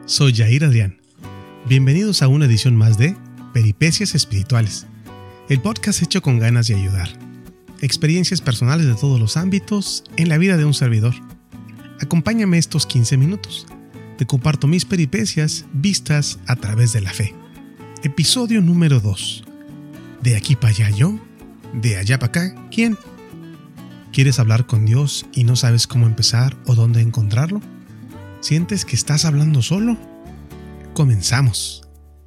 Soy Jair Adrián. Bienvenidos a una edición más de Peripecias Espirituales, el podcast hecho con ganas de ayudar. Experiencias personales de todos los ámbitos en la vida de un servidor. Acompáñame estos 15 minutos. Te comparto mis peripecias vistas a través de la fe. Episodio número 2. De aquí para allá yo, de allá para acá, ¿quién? ¿Quieres hablar con Dios y no sabes cómo empezar o dónde encontrarlo? ¿Sientes que estás hablando solo? Comenzamos.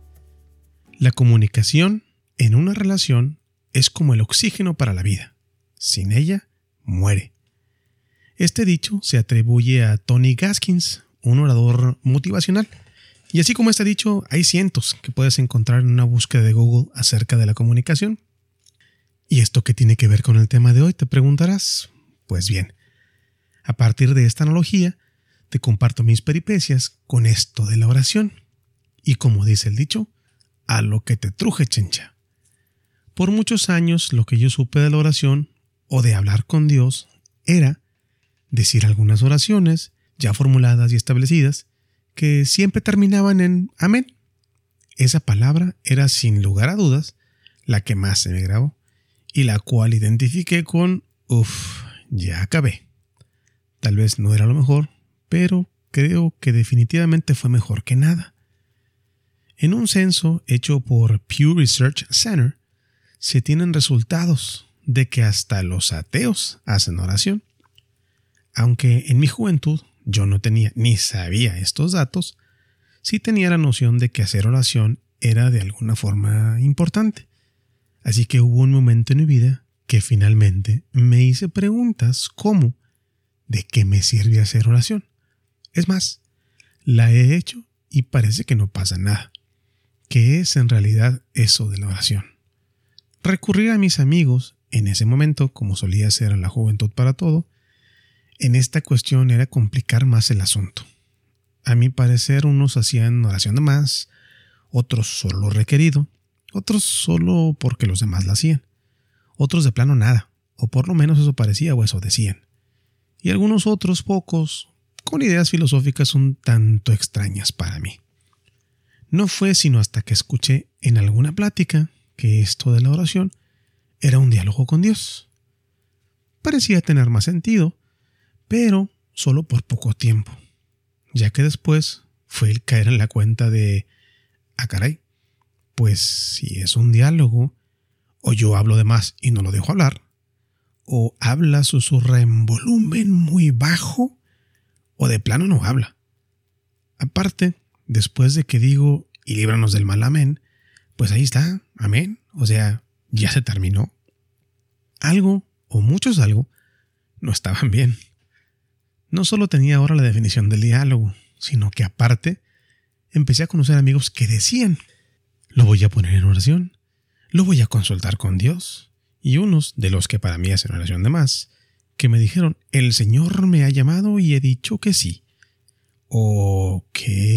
La comunicación en una relación es como el oxígeno para la vida. Sin ella, muere. Este dicho se atribuye a Tony Gaskins, un orador motivacional. Y así como este dicho, hay cientos que puedes encontrar en una búsqueda de Google acerca de la comunicación. ¿Y esto qué tiene que ver con el tema de hoy? Te preguntarás. Pues bien, a partir de esta analogía, te comparto mis peripecias con esto de la oración. Y como dice el dicho, a lo que te truje, chencha. Por muchos años lo que yo supe de la oración o de hablar con Dios era decir algunas oraciones ya formuladas y establecidas que siempre terminaban en amén. Esa palabra era sin lugar a dudas la que más se me grabó y la cual identifiqué con ya acabé. Tal vez no era lo mejor, pero creo que definitivamente fue mejor que nada. En un censo hecho por Pew Research Center, se tienen resultados de que hasta los ateos hacen oración. Aunque en mi juventud yo no tenía ni sabía estos datos, sí tenía la noción de que hacer oración era de alguna forma importante. Así que hubo un momento en mi vida que finalmente me hice preguntas como ¿de qué me sirve hacer oración? Es más, la he hecho y parece que no pasa nada. ¿Qué es en realidad eso de la oración? Recurrir a mis amigos en ese momento, como solía hacer en la juventud para todo, en esta cuestión era complicar más el asunto. A mi parecer, unos hacían oración de más, otros solo lo requerido, otros solo porque los demás la hacían, otros de plano nada, o por lo menos eso parecía o eso decían, y algunos otros pocos con ideas filosóficas un tanto extrañas para mí. No fue sino hasta que escuché en alguna plática que esto de la oración era un diálogo con Dios. Parecía tener más sentido, pero solo por poco tiempo, ya que después fue el caer en la cuenta de, caray, pues si es un diálogo, o yo hablo de más y no lo dejo hablar, o habla, susurra en volumen muy bajo, o de plano no habla. Aparte, después de que digo, y líbranos del mal, amén, pues ahí está, amén, o sea, ya se terminó. Algo, o muchos algo, no estaban bien. No solo tenía ahora la definición del diálogo, sino que aparte, empecé a conocer amigos que decían, lo voy a poner en oración, lo voy a consultar con Dios, y unos de los que para mí hacen oración de más, que me dijeron, el Señor me ha llamado y he dicho que sí. Ok,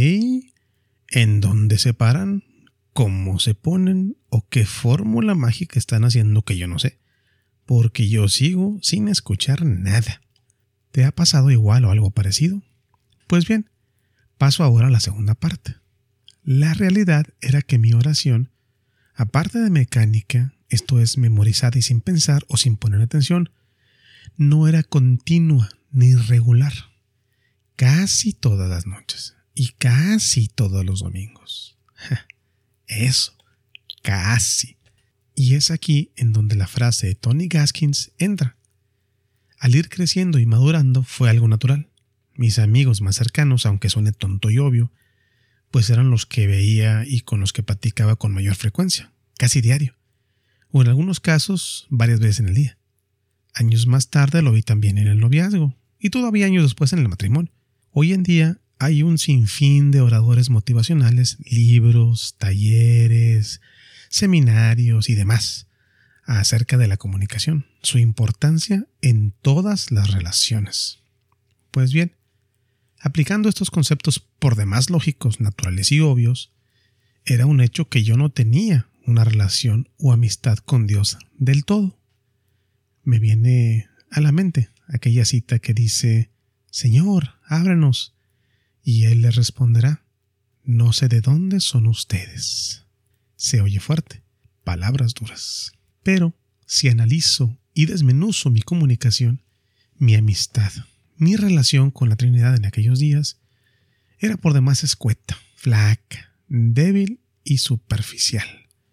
¿en dónde se paran? ¿Cómo se ponen? ¿O qué fórmula mágica están haciendo que yo no sé? Porque yo sigo sin escuchar nada. ¿Te ha pasado igual o algo parecido? Pues bien, paso ahora a la segunda parte. La realidad era que mi oración, aparte de mecánica, esto es memorizada y sin pensar o sin poner atención, no era continua ni regular. Casi todas las noches y casi todos los domingos. Eso, casi. Y es aquí en donde la frase de Tony Gaskins entra. Al ir creciendo y madurando fue algo natural. Mis amigos más cercanos, aunque suene tonto y obvio, pues eran los que veía y con los que platicaba con mayor frecuencia, casi diario, o en algunos casos varias veces en el día. Años más tarde lo vi también en el noviazgo y todavía años después en el matrimonio. Hoy en día hay un sinfín de oradores motivacionales, libros, talleres, seminarios y demás acerca de la comunicación, su importancia en todas las relaciones. Pues bien, aplicando estos conceptos por demás lógicos, naturales y obvios, era un hecho que yo no tenía una relación o amistad con Dios del todo. Me viene a la mente aquella cita que dice, Señor, ábranos, y Él le responderá, no sé de dónde son ustedes. Se oye fuerte, palabras duras. Pero si analizo y desmenuzo mi comunicación, mi amistad, mi relación con la Trinidad en aquellos días, era por demás escueta, flaca, débil y superficial.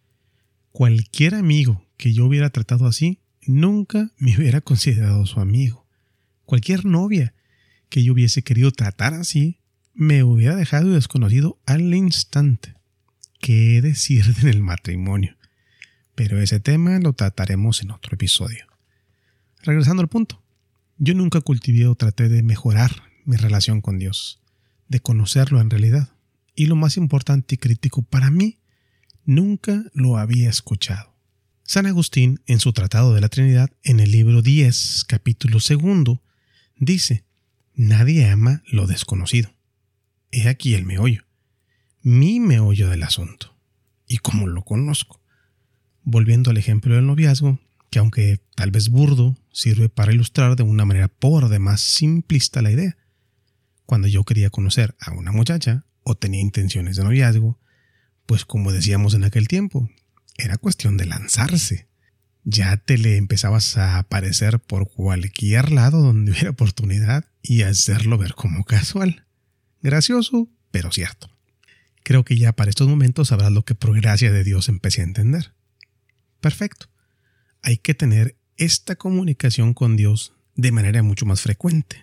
Cualquier amigo que yo hubiera tratado así, nunca me hubiera considerado su amigo. Cualquier novia que yo hubiese querido tratar así, me hubiera dejado desconocido al instante. ¿Qué decir en el matrimonio? Pero ese tema lo trataremos en otro episodio. Regresando al punto, yo nunca cultivé o traté de mejorar mi relación con Dios, de conocerlo en realidad. Y lo más importante y crítico para mí, nunca lo había escuchado. San Agustín, en su Tratado de la Trinidad, en el libro 10, capítulo 2, dice: nadie ama lo desconocido. He aquí el meollo, mi meollo del asunto. ¿Y cómo lo conozco? Volviendo al ejemplo del noviazgo, que aunque tal vez burdo, sirve para ilustrar de una manera por demás simplista la idea. Cuando yo quería conocer a una muchacha o tenía intenciones de noviazgo, pues como decíamos en aquel tiempo, era cuestión de lanzarse. Ya te le empezabas a aparecer por cualquier lado donde hubiera oportunidad y hacerlo ver como casual. Gracioso, pero cierto. Creo que ya para estos momentos sabrás lo que por gracia de Dios empecé a entender. Perfecto. Hay que tener esta comunicación con Dios de manera mucho más frecuente.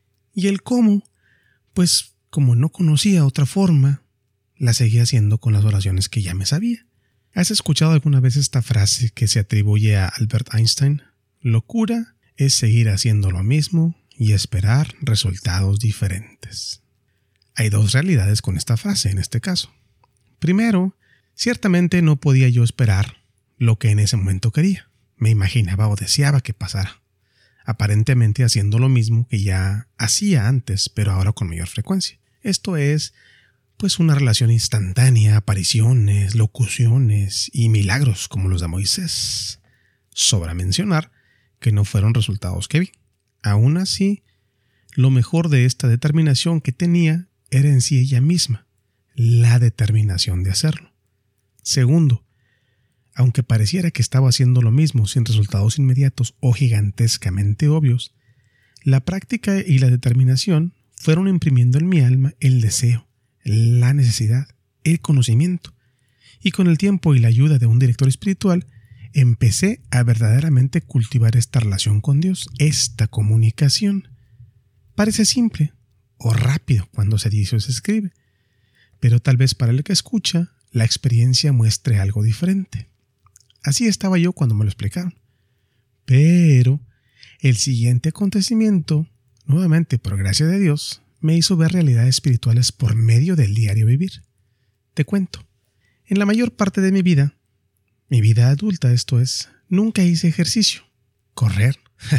¿Y el cómo? Pues como no conocía otra forma, la seguía haciendo con las oraciones que ya me sabía. ¿Has escuchado alguna vez esta frase que se atribuye a Albert Einstein? Locura es seguir haciendo lo mismo y esperar resultados diferentes. Hay dos realidades con esta frase en este caso. Primero, ciertamente no podía yo esperar lo que en ese momento quería. Me imaginaba o deseaba que pasara, aparentemente haciendo lo mismo que ya hacía antes, pero ahora con mayor frecuencia. Esto es, pues, una relación instantánea, apariciones, locuciones y milagros como los de Moisés. Sobra mencionar que no fueron resultados que vi. Aún así, lo mejor de esta determinación que tenía era en sí ella misma, la determinación de hacerlo. Segundo, aunque pareciera que estaba haciendo lo mismo sin resultados inmediatos o gigantescamente obvios, la práctica y la determinación fueron imprimiendo en mi alma el deseo, la necesidad, el conocimiento. Y con el tiempo y la ayuda de un director espiritual, empecé a verdaderamente cultivar esta relación con Dios, esta comunicación. Parece simple o rápido cuando se dice o se escribe, pero tal vez para el que escucha, la experiencia muestre algo diferente. Así estaba yo cuando me lo explicaron. Pero el siguiente acontecimiento, nuevamente por gracia de Dios, me hizo ver realidades espirituales por medio del diario vivir. Te cuento, en la mayor parte de mi vida adulta esto es, nunca hice ejercicio. Correr,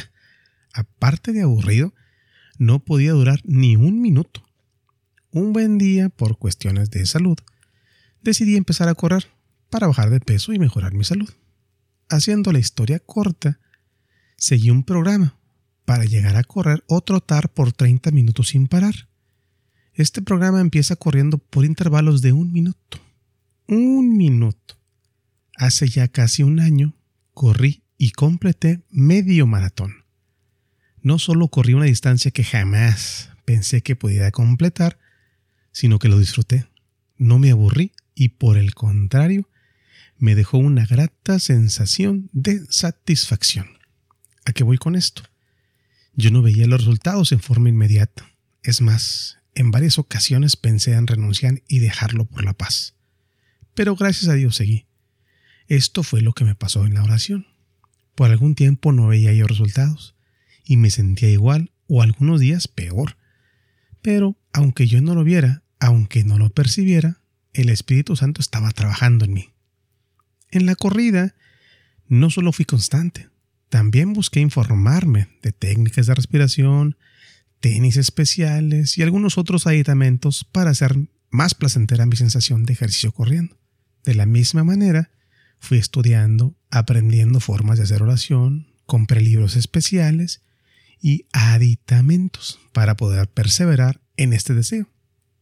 aparte de aburrido, no podía durar ni un minuto. Un buen día, por cuestiones de salud, decidí empezar a correr para bajar de peso y mejorar mi salud. Haciendo la historia corta, seguí un programa para llegar a correr o trotar por 30 minutos sin parar. Este programa empieza corriendo por intervalos de 1 minuto. 1 minuto. Hace ya casi un año corrí y completé medio maratón. No solo corrí una distancia que jamás pensé que pudiera completar, sino que lo disfruté. No me aburrí y por el contrario, me dejó una grata sensación de satisfacción. ¿A qué voy con esto? Yo no veía los resultados en forma inmediata. Es más, en varias ocasiones pensé en renunciar y dejarlo por la paz. Pero gracias a Dios seguí. Esto fue lo que me pasó en la oración. Por algún tiempo no veía yo resultados y me sentía igual o algunos días peor. Pero aunque yo no lo viera, aunque no lo percibiera, el Espíritu Santo estaba trabajando en mí. En la corrida no solo fui constante, también busqué informarme de técnicas de respiración, tenis especiales y algunos otros aditamentos para hacer más placentera mi sensación de ejercicio corriendo. De la misma manera, fui estudiando, aprendiendo formas de hacer oración, compré libros especiales y aditamentos para poder perseverar en este deseo.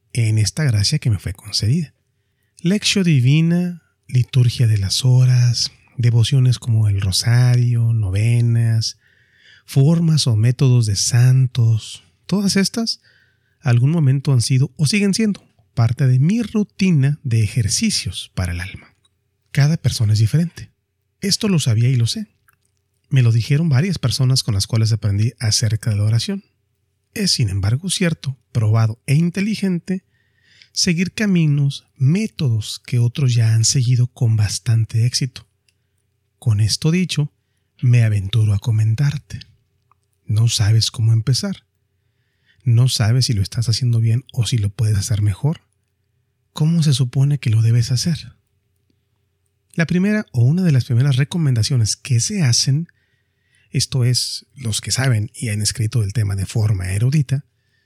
en esta gracia que me fue concedida. Lectio Divina, liturgia de las horas, devociones como el rosario, novenas, formas o métodos de santos, todas estas, algún momento han sido o siguen siendo parte de mi rutina de ejercicios para el alma. Cada persona es diferente. Esto lo sabía y lo sé. Me lo dijeron varias personas con las cuales aprendí acerca de la oración. Es, sin embargo, cierto, probado e inteligente seguir caminos, métodos que otros ya han seguido con bastante éxito. Con esto dicho, me aventuro a comentarte. No sabes cómo empezar. No sabes si lo estás haciendo bien o si lo puedes hacer mejor. ¿Cómo se supone que lo debes hacer? La primera o una de las primeras recomendaciones que se hacen, esto es, los que saben y han escrito el tema de forma erudita,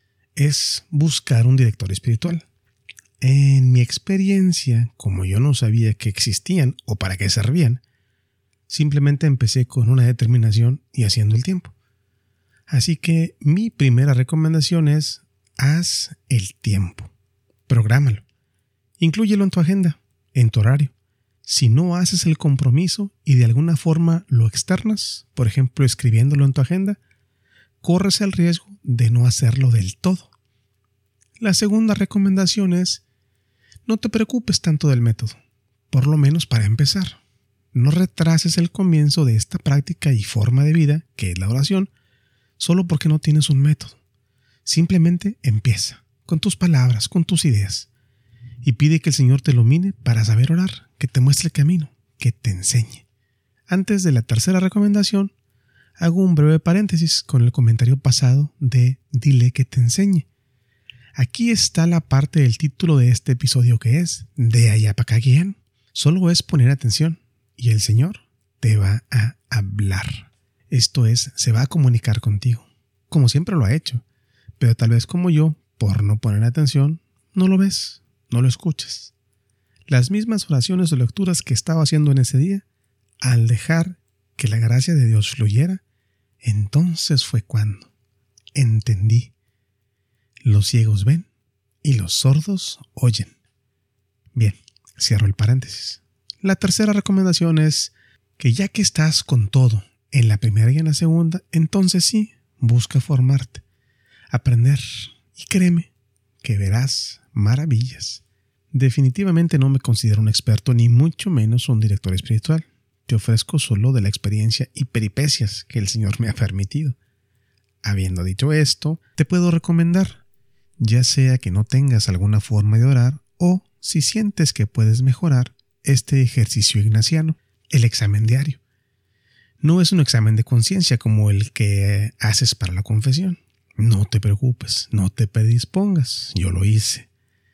es buscar un director espiritual. En mi experiencia, como yo no sabía que existían o para qué servían, simplemente empecé con una determinación y haciendo el tiempo. Así que mi primera recomendación es: haz el tiempo. Prográmalo. Inclúyelo en tu agenda, en tu horario. Si no haces el compromiso y de alguna forma lo externas, por ejemplo escribiéndolo en tu agenda, corres el riesgo de no hacerlo del todo. La segunda recomendación es: no te preocupes tanto del método, por lo menos para empezar. No retrases el comienzo de esta práctica y forma de vida, que es la oración, solo porque no tienes un método. Simplemente empieza, con tus palabras, con tus ideas, y pide que el Señor te ilumine para saber orar, que te muestre el camino, que te enseñe. Antes de la tercera recomendación, hago un breve paréntesis con el comentario pasado de dile que te enseñe. Aquí está la parte del título de este episodio, que es de allá para acá guían. Solo es poner atención y el Señor te va a hablar. Esto es, se va a comunicar contigo, como siempre lo ha hecho, pero tal vez como yo, por no poner atención, no lo ves, no lo escuchas. Las mismas oraciones o lecturas que estaba haciendo en ese día, al dejar que la gracia de Dios fluyera, entonces fue cuando entendí. Los ciegos ven y los sordos oyen. Bien, cierro el paréntesis. La tercera recomendación es que ya que estás con todo en la primera y en la segunda, entonces sí, busca formarte, aprender y créeme que verás maravillas. Definitivamente no me considero un experto ni mucho menos un director espiritual. Te ofrezco solo de la experiencia y peripecias que el Señor me ha permitido. Habiendo dicho esto, te puedo recomendar, ya sea que no tengas alguna forma de orar o si sientes que puedes mejorar, este ejercicio ignaciano, el examen diario. No es un examen de conciencia como el que haces para la confesión. No te preocupes, no te predispongas, yo lo hice.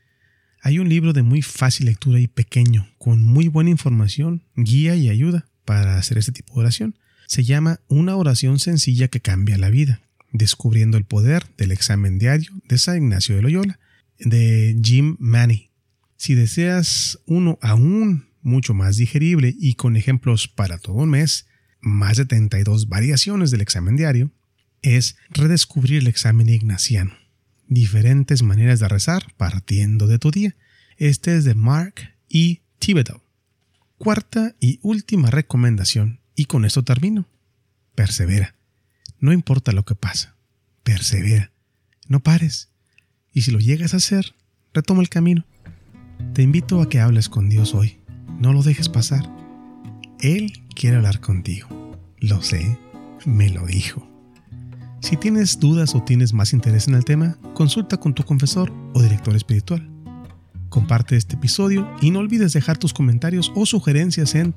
Hay un libro de muy fácil lectura y pequeño, con muy buena información, guía y ayuda para hacer este tipo de oración. Se llama Una oración sencilla que cambia la vida, descubriendo el poder del examen diario de San Ignacio de Loyola, de Jim Manny. Si deseas uno aún mucho más digerible y con ejemplos para todo un mes, más de 32 variaciones del examen diario, es Redescubrir el examen ignaciano. Diferentes maneras de rezar partiendo de tu día. Este es de Mark E. Thibodeau. Cuarta y última recomendación, y con esto termino. Persevera. No importa lo que pasa. Persevera. No pares. Y si lo llegas a hacer, retoma el camino. Te invito a que hables con Dios hoy. No lo dejes pasar. Él quiere hablar contigo. Lo sé. Me lo dijo. Si tienes dudas o tienes más interés en el tema, consulta con tu confesor o director espiritual. Comparte este episodio y no olvides dejar tus comentarios o sugerencias en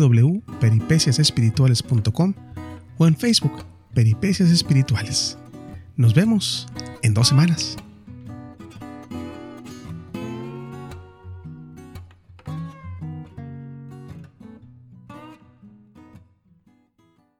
www.peripeciasespirituales.com o en Facebook, Peripecias Espirituales. Nos vemos en 2 semanas.